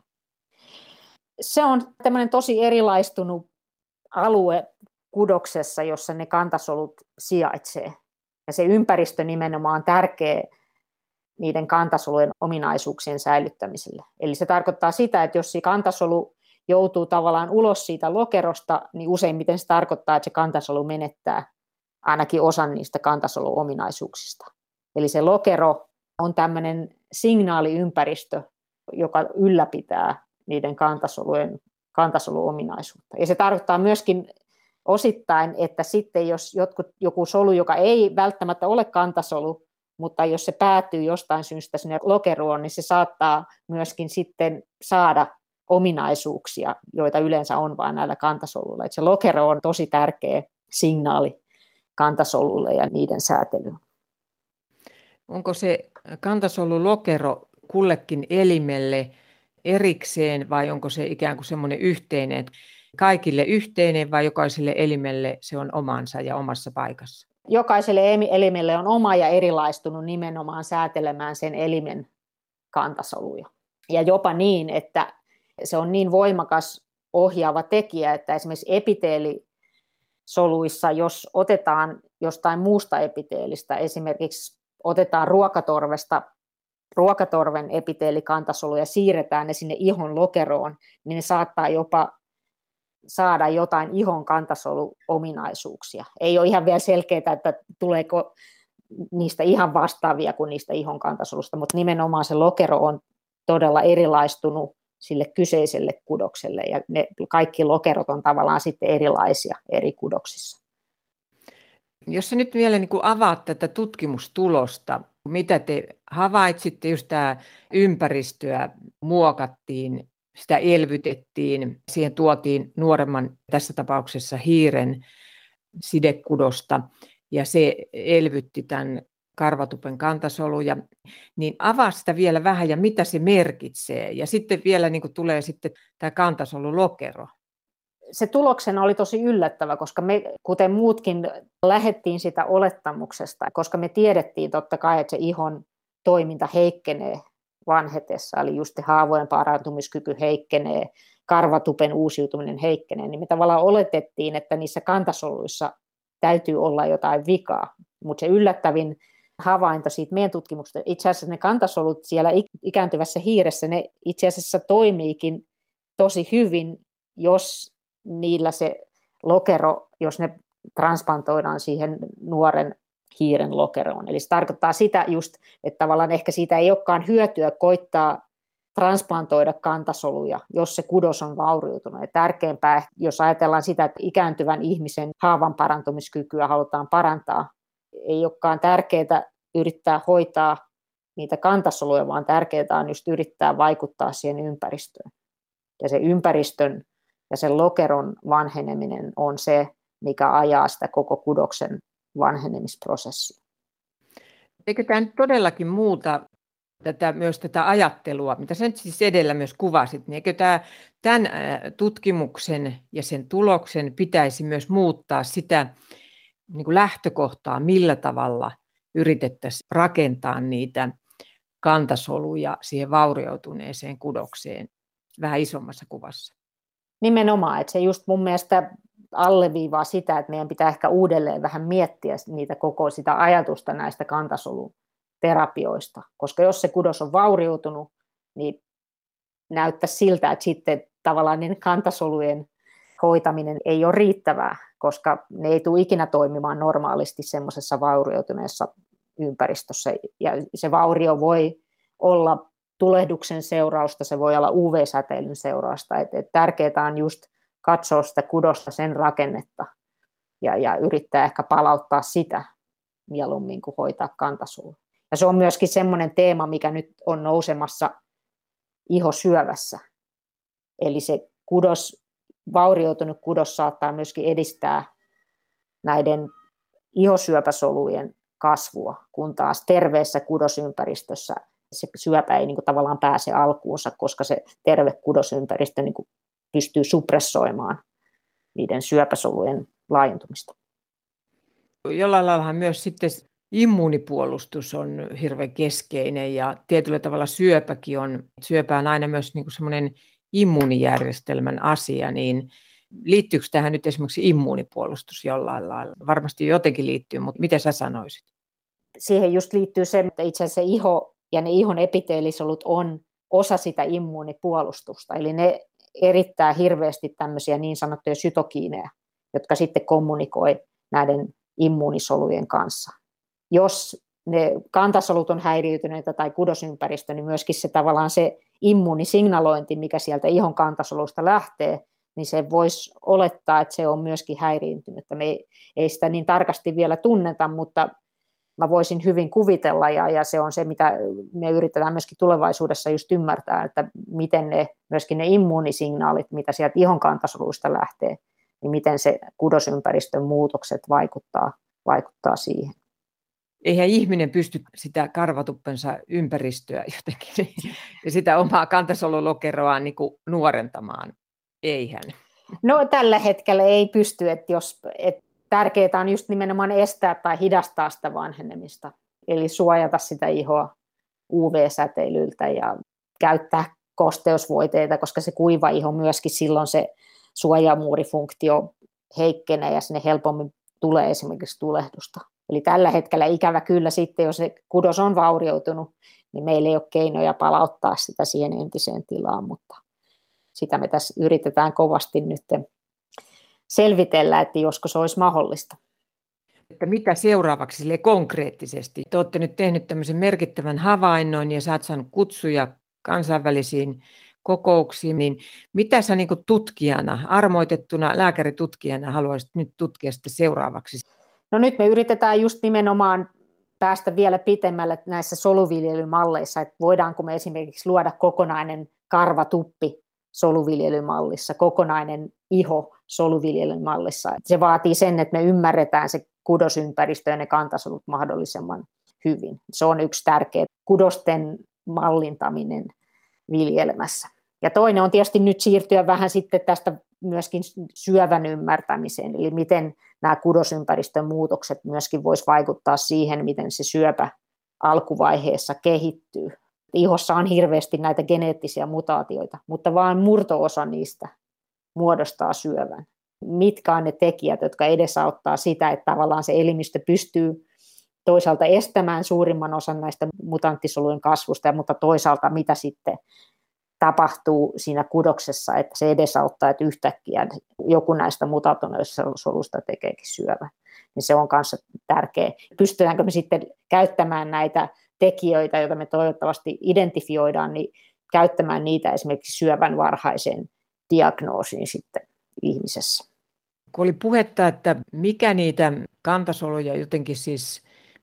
Se on tämmöinen tosi erilaistunut alue kudoksessa, jossa ne kantasolut sijaitsee. Ja se ympäristö nimenomaan on tärkeä niiden kantasolujen ominaisuuksien säilyttämiselle. Eli se tarkoittaa sitä, että jos se kantasolu joutuu tavallaan ulos siitä lokerosta, niin useimmiten se tarkoittaa, että se kantasolu menettää ainakin osan niistä kantasoluominaisuuksista. Eli se lokero on tämmöinen signaaliympäristö, joka ylläpitää niiden kantasolujen kantasoluominaisuutta. Ja se tarkoittaa myöskin osittain, että sitten jos jotkut, joku solu, joka ei välttämättä ole kantasolu, mutta jos se päätyy jostain syystä sinne lokeroon, niin se saattaa myöskin sitten saada ominaisuuksia, joita yleensä on vain näillä kantasoluilla. Että se lokero on tosi tärkeä signaali kantasolulle ja niiden säätelyyn. Onko se kantasolulokero kullekin elimelle erikseen vai onko se ikään kuin semmoinen yhteinen, kaikille yhteinen vai jokaiselle elimelle se on omansa ja omassa paikassa? Jokaiselle elimelle on oma ja erilaistunut nimenomaan säätelemään sen elimen kantasoluja. Ja jopa niin, että se on niin voimakas ohjaava tekijä, että esimerkiksi epiteelisoluissa, jos otetaan jostain muusta epiteelistä, esimerkiksi otetaan ruokatorvesta ruokatorven epiteelikantasoluja ja siirretään ne sinne ihon lokeroon, niin ne saattaa jopa saada jotain ihon kantasoluominaisuuksia. Ei ole ihan vielä selkeää, että tuleeko niistä ihan vastaavia kuin niistä ihon kantasolusta, mutta nimenomaan se lokero on todella erilaistunut sille kyseiselle kudokselle, ja ne kaikki lokerot on tavallaan sitten erilaisia eri kudoksissa. Jos sä nyt vielä niin kuin avaat tätä tutkimustulosta, mitä te havaitsitte, just tämä ympäristöä muokattiin, sitä elvytettiin, siihen tuotiin nuoremman, tässä tapauksessa hiiren sidekudosta, ja se elvytti tämän karvatupen kantasoluja, niin avaa sitä vielä vähän, ja mitä se merkitsee, ja sitten vielä niin kuin tulee sitten tämä kantasolulokero. Se tuloksena oli tosi yllättävä, koska me, kuten muutkin, lähdettiin sitä olettamuksesta, koska me tiedettiin totta kai, että se ihon toiminta heikkenee vanhetessa, eli just haavojen parantumiskyky heikkenee, karvatupen uusiutuminen heikkenee, niin me tavallaan oletettiin, että niissä kantasoluissa täytyy olla jotain vikaa, mutta se yllättävin havainto siitä meidän tutkimuksesta, itse asiassa ne kantasolut siellä ikääntyvässä hiiressä, ne itse asiassa toimiikin tosi hyvin, jos niillä se lokero, jos ne transplantoidaan siihen nuoren hiiren lokeroon. Eli se tarkoittaa sitä just, että tavallaan ehkä siitä ei olekaan hyötyä koittaa transplantoida kantasoluja, jos se kudos on vauriutunut. Ja tärkeämpää, jos ajatellaan sitä, että ikääntyvän ihmisen haavan parantumiskykyä halutaan parantaa, ei olekaan tärkeää yrittää hoitaa niitä kantasoluja, vaan tärkeää on just yrittää vaikuttaa siihen ympäristöön. Ja se ympäristön ja sen lokeron vanheneminen on se, mikä ajaa sitä koko kudoksen vanhenemisprosessia. Eikö tämä nyt todellakin muuta tätä, myös tätä ajattelua, mitä sä nyt siis edellä myös kuvasit, niin eikö tämä, tämän tutkimuksen ja sen tuloksen pitäisi myös muuttaa sitä niin kuin lähtökohtaa, millä tavalla yritettäisiin rakentaa niitä kantasoluja siihen vaurioituneeseen kudokseen vähän isommassa kuvassa? Nimenomaan, että se just mun mielestä alleviivaa sitä, että meidän pitää ehkä uudelleen vähän miettiä niitä koko sitä ajatusta näistä kantasoluterapioista, koska jos se kudos on vaurioitunut, niin näyttää siltä, että sitten tavallaan niiden kantasolujen hoitaminen ei ole riittävää, koska ne ei tule ikinä toimimaan normaalisti semmoisessa vaurioituneessa ympäristössä, ja se vaurio voi olla tulehduksen seurausta, se voi olla U V-säteilyn seurausta, että et tärkeää on just katsoa sitä kudosta, sen rakennetta, ja, ja yrittää ehkä palauttaa sitä mieluummin kuin hoitaa kantasolua. Ja se on myöskin semmoinen teema, mikä nyt on nousemassa ihosyövässä. Eli se kudos, vaurioitunut kudos saattaa myöskin edistää näiden ihosyöpäsolujen kasvua, kun taas terveessä kudosympäristössä se syöpä ei niin kuin tavallaan pääse alkuunsa, koska se terve kudosympäristö niin kuin pystyy suppressoimaan niiden syöpäsolujen laajentumista. Jollain lailla myös sitten immuunipuolustus on hirveän keskeinen ja tietyllä tavalla syöpäkin on, syöpä on aina myös niin kuin semmoinen immuunijärjestelmän asia, niin liittyykö tähän nyt esimerkiksi immuunipuolustus jollain lailla? Varmasti jotenkin liittyy, mutta mitä sä sanoisit? Siihen just liittyy se, että itse asiassa iho ja ne ihon epiteelisolut on osa sitä immuunipuolustusta, eli ne erittää hirveästi tämmöisiä niin sanottuja sytokiineja, jotka sitten kommunikoi näiden immuunisolujen kanssa. Jos ne kantasolut on häiriytyneitä tai kudosympäristö, niin myöskin se tavallaan se immuunisignalointi, mikä sieltä ihon kantasolusta lähtee, niin se voisi olettaa, että se on myöskin häiriintynyt. Me ei, ei sitä niin tarkasti vielä tunneta, mutta mä voisin hyvin kuvitella, ja, ja se on se, mitä me yritetään myöskin tulevaisuudessa just ymmärtää, että miten ne, myöskin ne immuunisignaalit, mitä sieltä ihon kantasoluista lähtee, niin miten se kudosympäristön muutokset vaikuttaa, vaikuttaa siihen. Eihän ihminen pysty sitä karvatuppensa ympäristöä jotenkin ja sitä omaa kantasolulokeroaan niin kuin nuorentamaan. Eihän. No tällä hetkellä ei pysty, että jos... Että tärkeää on just nimenomaan estää tai hidastaa sitä vanhenemista, eli suojata sitä ihoa U V-säteilyltä ja käyttää kosteusvoiteita, koska se kuiva iho myöskin silloin se suojamuurifunktio heikkenee ja sinne helpommin tulee esimerkiksi tulehdusta. Eli tällä hetkellä ikävä kyllä sitten, jos se kudos on vaurioitunut, niin meillä ei ole keinoja palauttaa sitä siihen entiseen tilaan, mutta sitä me tässä yritetään kovasti nyt selvitellä, että josko se olisi mahdollista. Että mitä seuraavaksi sille konkreettisesti? Te olette nyt tehnyt tämmöisen merkittävän havainnon ja sä oot saanut kutsuja kansainvälisiin kokouksiin, niin mitä sä niin kuin tutkijana, armoitettuna lääkäritutkijana haluaisit nyt tutkia sitten seuraavaksi? No nyt me yritetään just nimenomaan päästä vielä pitemmälle näissä soluviljelymalleissa, että voidaanko me esimerkiksi luoda kokonainen karvatuppi soluviljelymallissa, kokonainen iho soluviljelymallissa. Se vaatii sen, että me ymmärretään se kudosympäristö ja ne kantasolut mahdollisimman hyvin. Se on yksi tärkeä kudosten mallintaminen viljelmässä. Ja toinen on tietysti nyt siirtyä vähän sitten tästä myöskin syövän ymmärtämiseen, eli miten nämä kudosympäristön muutokset myöskin voisi vaikuttaa siihen, miten se syöpä alkuvaiheessa kehittyy. Ihossa on hirveästi näitä geneettisiä mutaatioita, mutta vain murto-osa niistä muodostaa syövän. Mitkä on ne tekijät, jotka edesauttaa sitä, että tavallaan se elimistö pystyy toisaalta estämään suurimman osan näistä mutanttisolujen kasvusta, mutta toisaalta mitä sitten tapahtuu siinä kudoksessa, että se edesauttaa, että yhtäkkiä joku näistä mutatoneista solusta tekeekin syövän. Niin se on myös tärkeä. Pystytäänkö me sitten käyttämään näitä tekijöitä, joita me toivottavasti identifioidaan, niin käyttämään niitä esimerkiksi syövän varhaiseen diagnoosiin sitten ihmisessä. Kun oli puhetta, että mikä niitä kantasoluja jotenkin siis,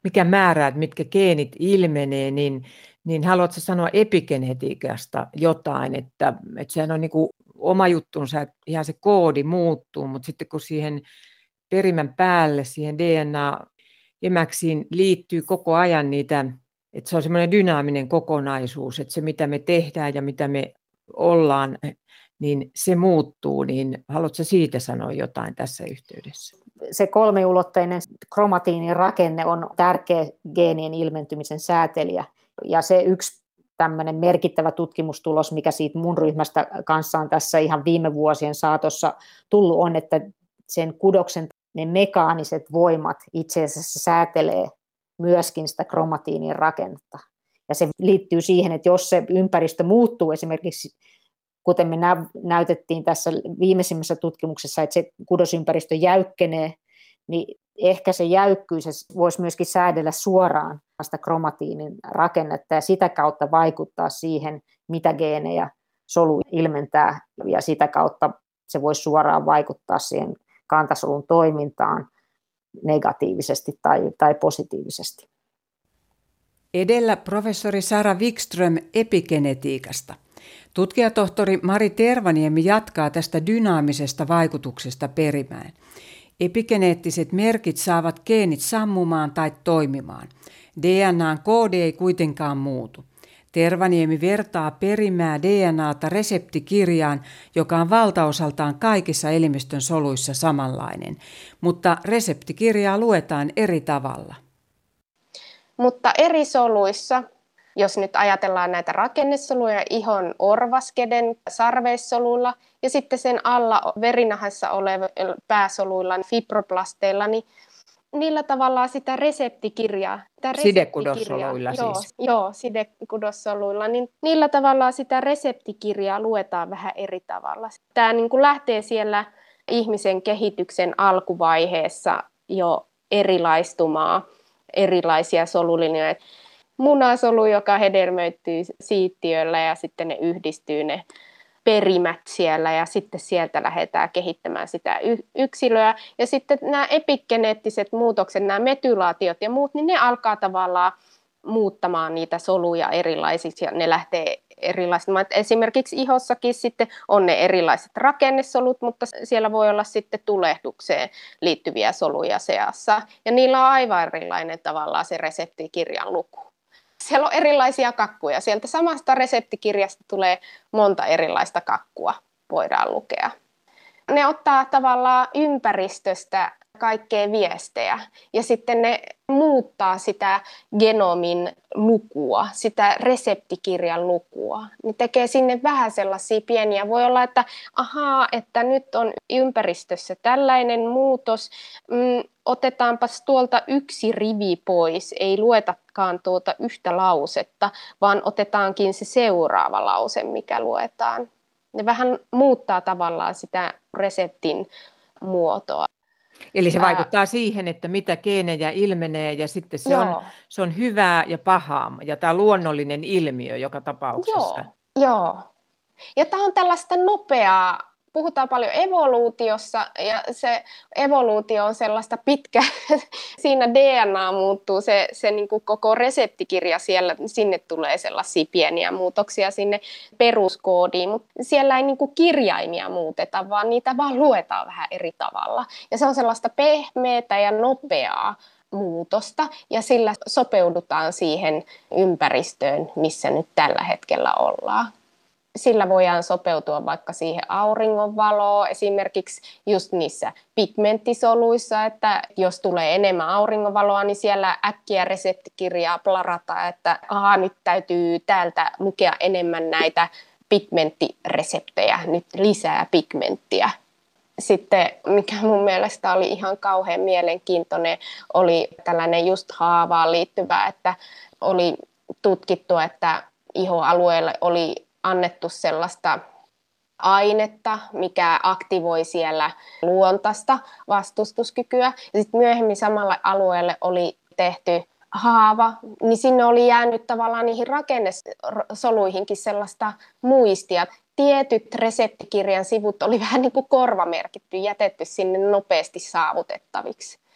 mikä määrää, että mitkä geenit ilmenee, niin, niin haluatko sanoa epigenetiikasta jotain, että, että sehän on niin kuin oma juttunsa, että ihan se koodi muuttuu, mutta sitten kun siihen perimän päälle, siihen D N A-emäksiin liittyy koko ajan niitä, että se on semmoinen dynaaminen kokonaisuus, että se mitä me tehdään ja mitä me ollaan, niin se muuttuu, niin haluatko siitä sanoa jotain tässä yhteydessä? Se kolmiulotteinen kromatiinin rakenne on tärkeä geenien ilmentymisen säätelijä, ja se yksi tämmöinen merkittävä tutkimustulos, mikä siitä mun ryhmästä kanssa on tässä ihan viime vuosien saatossa tullut, on, että sen kudoksen ne mekaaniset voimat itse asiassa säätelee myöskin sitä kromatiinin rakennetta. Ja se liittyy siihen, että jos se ympäristö muuttuu esimerkiksi, kuten me näytettiin tässä viimeisimmässä tutkimuksessa, että se kudosympäristö jäykkenee, niin ehkä se jäykkyys voisi myöskin säädellä suoraan sitä kromatiinin rakennetta ja sitä kautta vaikuttaa siihen, mitä geenejä solu ilmentää, ja sitä kautta se voisi suoraan vaikuttaa siihen kantasolun toimintaan negatiivisesti tai, tai positiivisesti. Edellä professori Sara Wikström epigenetiikasta. Tutkijatohtori Mari Tervaniemi jatkaa tästä dynaamisesta vaikutuksesta perimään. Epigeneettiset merkit saavat geenit sammumaan tai toimimaan. D N A:n koodi ei kuitenkaan muutu. Tervaniemi vertaa perimää D N A:ta reseptikirjaan, joka on valtaosaltaan kaikissa elimistön soluissa samanlainen, mutta reseptikirjaa luetaan eri tavalla. Mutta eri soluissa, jos nyt ajatellaan näitä rakennesoluja ihon orvaskeden sarveissoluilla ja sitten sen alla verinahassa olevilla pääsoluilla, fibroplasteilla, niin niillä tavalla sitä reseptikirjaa. Sidekudossoluilla joo, siis. Joo, sidekudossoluilla, niin niillä tavalla sitä reseptikirjaa luetaan vähän eri tavalla. Tämä niin kuin lähtee siellä ihmisen kehityksen alkuvaiheessa jo erilaistumaan erilaisia solulinjoja. Munasolu, joka hedelmöittyy siittiöllä ja sitten ne yhdistyy ne perimät siellä ja sitten sieltä lähdetään kehittämään sitä yksilöä. Ja sitten nämä epigeneettiset muutokset, nämä metylaatiot ja muut, niin ne alkaa tavallaan muuttamaan niitä soluja erilaisiksi ja ne lähtee erilaistumaan. Esimerkiksi ihossakin sitten on ne erilaiset rakennesolut, mutta siellä voi olla sitten tulehdukseen liittyviä soluja seassa. Ja niillä on aivan erilainen tavallaan se reseptikirjan luku. Siellä on erilaisia kakkuja. Sieltä samasta reseptikirjasta tulee monta erilaista kakkua, voidaan lukea. Ne ottaa tavallaan ympäristöstä kaikkea viestejä ja sitten ne muuttaa sitä genomin lukua, sitä reseptikirjan lukua. Ne tekee sinne vähän sellaisia pieniä. Voi olla, että ahaa, että nyt on ympäristössä tällainen muutos, mm, otetaanpas tuolta yksi rivi pois, ei luetakaan tuota yhtä lausetta, vaan otetaankin se seuraava lause, mikä luetaan. Ne vähän muuttaa tavallaan sitä reseptin muotoa. Eli se vaikuttaa siihen, että mitä geenejä ilmenee ja sitten se on, se on hyvää ja pahaa ja tämä luonnollinen ilmiö joka tapauksessa. Joo, joo. Ja tämä on tällaista nopeaa, puhutaan paljon evoluutiossa ja se evoluutio on sellaista pitkä, siinä D N A muuttuu, se, se niin kuin koko reseptikirja siellä, sinne tulee sellaisia pieniä muutoksia sinne peruskoodiin, mutta siellä ei niin kuin kirjaimia muuteta, vaan niitä vaan luetaan vähän eri tavalla. Ja se on sellaista pehmeätä ja nopeaa muutosta ja sillä sopeudutaan siihen ympäristöön, missä nyt tällä hetkellä ollaan. Sillä voidaan sopeutua vaikka siihen auringonvaloon, esimerkiksi just niissä pigmenttisoluissa, että jos tulee enemmän auringonvaloa, niin siellä äkkiä reseptikirjaa plarataan, että aha, nyt täytyy täältä lukea enemmän näitä pigmenttireseptejä, nyt lisää pigmenttiä. Sitten, mikä mun mielestä oli ihan kauhean mielenkiintoinen, oli tällainen just haavaan liittyvä, että oli tutkittu, että ihoalueelle oli annettu sellaista ainetta, mikä aktivoi siellä luontaista vastustuskykyä. Ja sitten myöhemmin samalle alueelle oli tehty haava, niin sinne oli jäänyt tavallaan niihin rakennesoluihinkin sellaista muistia. Tietyt reseptikirjan sivut oli vähän niin kuin korvamerkitty, jätetty sinne nopeasti saavutettaviksi.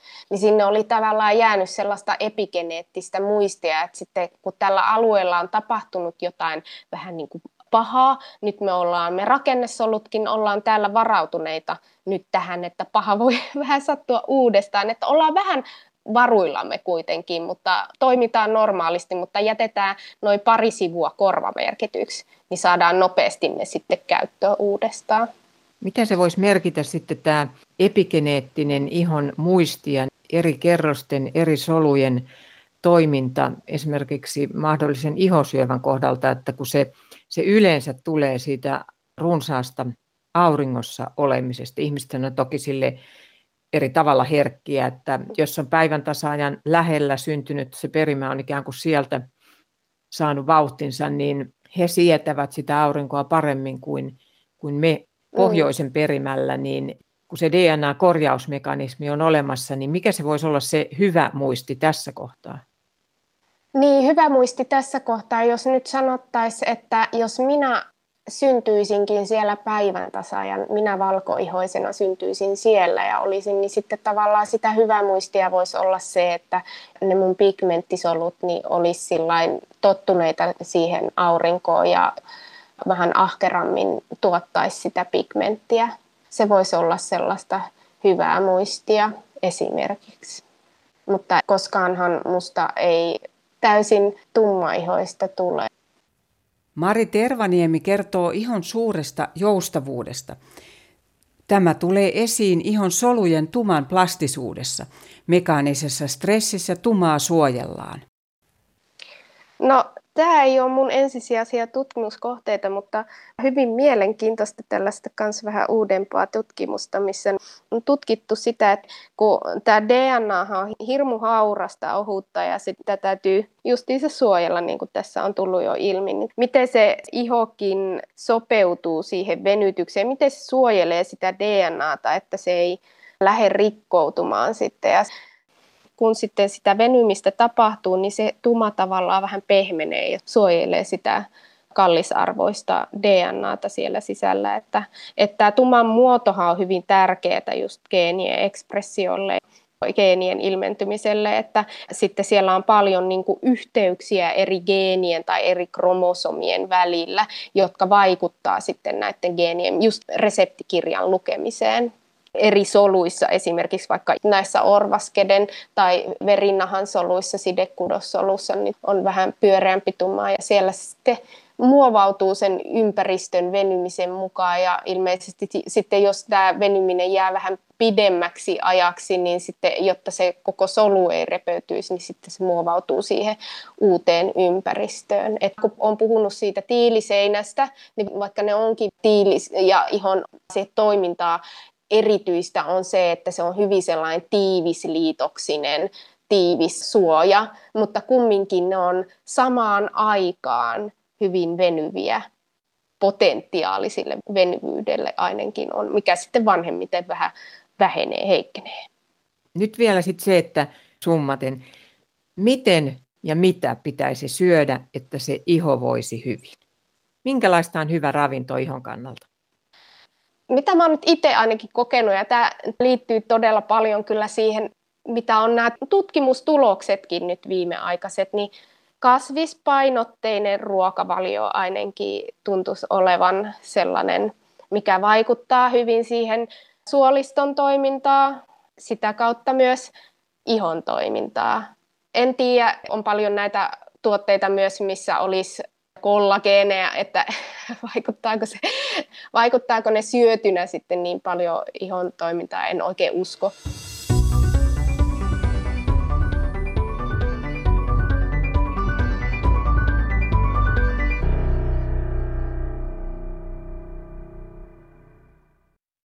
niin sinne oli tavallaan jäänyt sellaista epigeneettistä muistia, että sitten kun tällä alueella on tapahtunut jotain vähän niin kuin pahaa, nyt me ollaan, me rakennesolutkin ollaan täällä varautuneita nyt tähän, että paha voi vähän sattua uudestaan, että ollaan vähän varuillamme kuitenkin, mutta toimitaan normaalisti, mutta jätetään noin pari sivua korvamerkityksi, niin saadaan nopeasti ne sitten käyttöön uudestaan. Miten se voisi merkitä sitten tämä epigeneettinen ihon muisti ja eri kerrosten, eri solujen toiminta esimerkiksi mahdollisen ihosyövän kohdalta, että kun se, se yleensä tulee siitä runsaasta auringossa olemisesta. Ihmiset on toki sille eri tavalla herkkiä, että jos on päivän tasaajan lähellä syntynyt, se perimä on ikään kuin sieltä saanut vauhtinsa, niin he sietävät sitä aurinkoa paremmin kuin, kuin me pohjoisen perimällä, niin kun se D N A-korjausmekanismi on olemassa, niin mikä se voisi olla se hyvä muisti tässä kohtaa? Niin, hyvä muisti tässä kohtaa, jos nyt sanottaisiin, että jos minä syntyisinkin siellä päivän tasaajan, minä valkoihoisena syntyisin siellä ja olisin, niin sitten tavallaan sitä hyvää muistia voisi olla se, että ne mun pigmenttisolut niin olisi sillain tottuneita siihen aurinkoon ja vähän ahkerammin tuottaisi sitä pigmenttiä. Se voisi olla sellaista hyvää muistia esimerkiksi. Mutta koskaanhan musta ei täysin tummaihoista tule. Mari Tervaniemi kertoo ihon suuresta joustavuudesta. Tämä tulee esiin ihon solujen tuman plastisuudessa. Mekaanisessa stressissä tumaa suojellaan. No, tämä ei ole mun ensisijaisia tutkimuskohteita, mutta hyvin mielenkiintoista tällaista kanssa vähän uudempaa tutkimusta, missä on tutkittu sitä, että kun tämä D N A on hirmu haurasta ohutta ja sitä täytyy justiinsa suojella, niin kuin tässä on tullut jo ilmi, niin miten se ihokin sopeutuu siihen venytykseen, miten se suojelee sitä D N A:ta, että se ei lähde rikkoutumaan sitten. Ja kun sitten sitä venymistä tapahtuu, niin se tuma tavallaan vähän pehmenee ja suojelee sitä kallisarvoista D N A:ta siellä sisällä. Että, että tämä tuman muotohan on hyvin tärkeää just geenien ekspressiolle, geenien ilmentymiselle, että sitten siellä on paljon niin kuin yhteyksiä eri geenien tai eri kromosomien välillä, jotka vaikuttaa sitten näiden geenien just reseptikirjan lukemiseen. Eri soluissa, esimerkiksi vaikka näissä orvaskeden tai verinahan soluissa, sidekudossolussa, niin on vähän pyöreämpi tumaa ja siellä sitten muovautuu sen ympäristön venymisen mukaan ja ilmeisesti sitten jos tämä venyminen jää vähän pidemmäksi ajaksi, niin sitten jotta se koko solu ei repeytyisi, niin sitten se muovautuu siihen uuteen ympäristöön. Et kun on puhunut siitä tiiliseinästä, niin vaikka ne onkin tiilis ja ihon se toimintaa erityistä on se, että se on hyvin sellainen tiivisliitoksinen, tiivis suoja, mutta kumminkin ne on samaan aikaan hyvin venyviä, potentiaalisille venyvyydelle ainakin on, mikä sitten vanhemmiten vähän vähenee, heikkenee. Nyt vielä sitten se, että summaten, miten ja mitä pitäisi syödä, että se iho voisi hyvin? Minkälaista on hyvä ravinto ihon kannalta? Mitä mä oon nyt itse ainakin kokenut, ja tämä liittyy todella paljon kyllä siihen, mitä on nämä tutkimustuloksetkin nyt viimeaikaiset, niin kasvispainotteinen ruokavalio ainakin tuntuisi olevan sellainen, mikä vaikuttaa hyvin siihen suoliston toimintaan, sitä kautta myös ihon toimintaa. En tiedä, on paljon näitä tuotteita myös, missä olisi kollageeneja, että vaikuttaako, se, vaikuttaako ne syötynä sitten niin paljon ihon toimintaan, en oikein usko.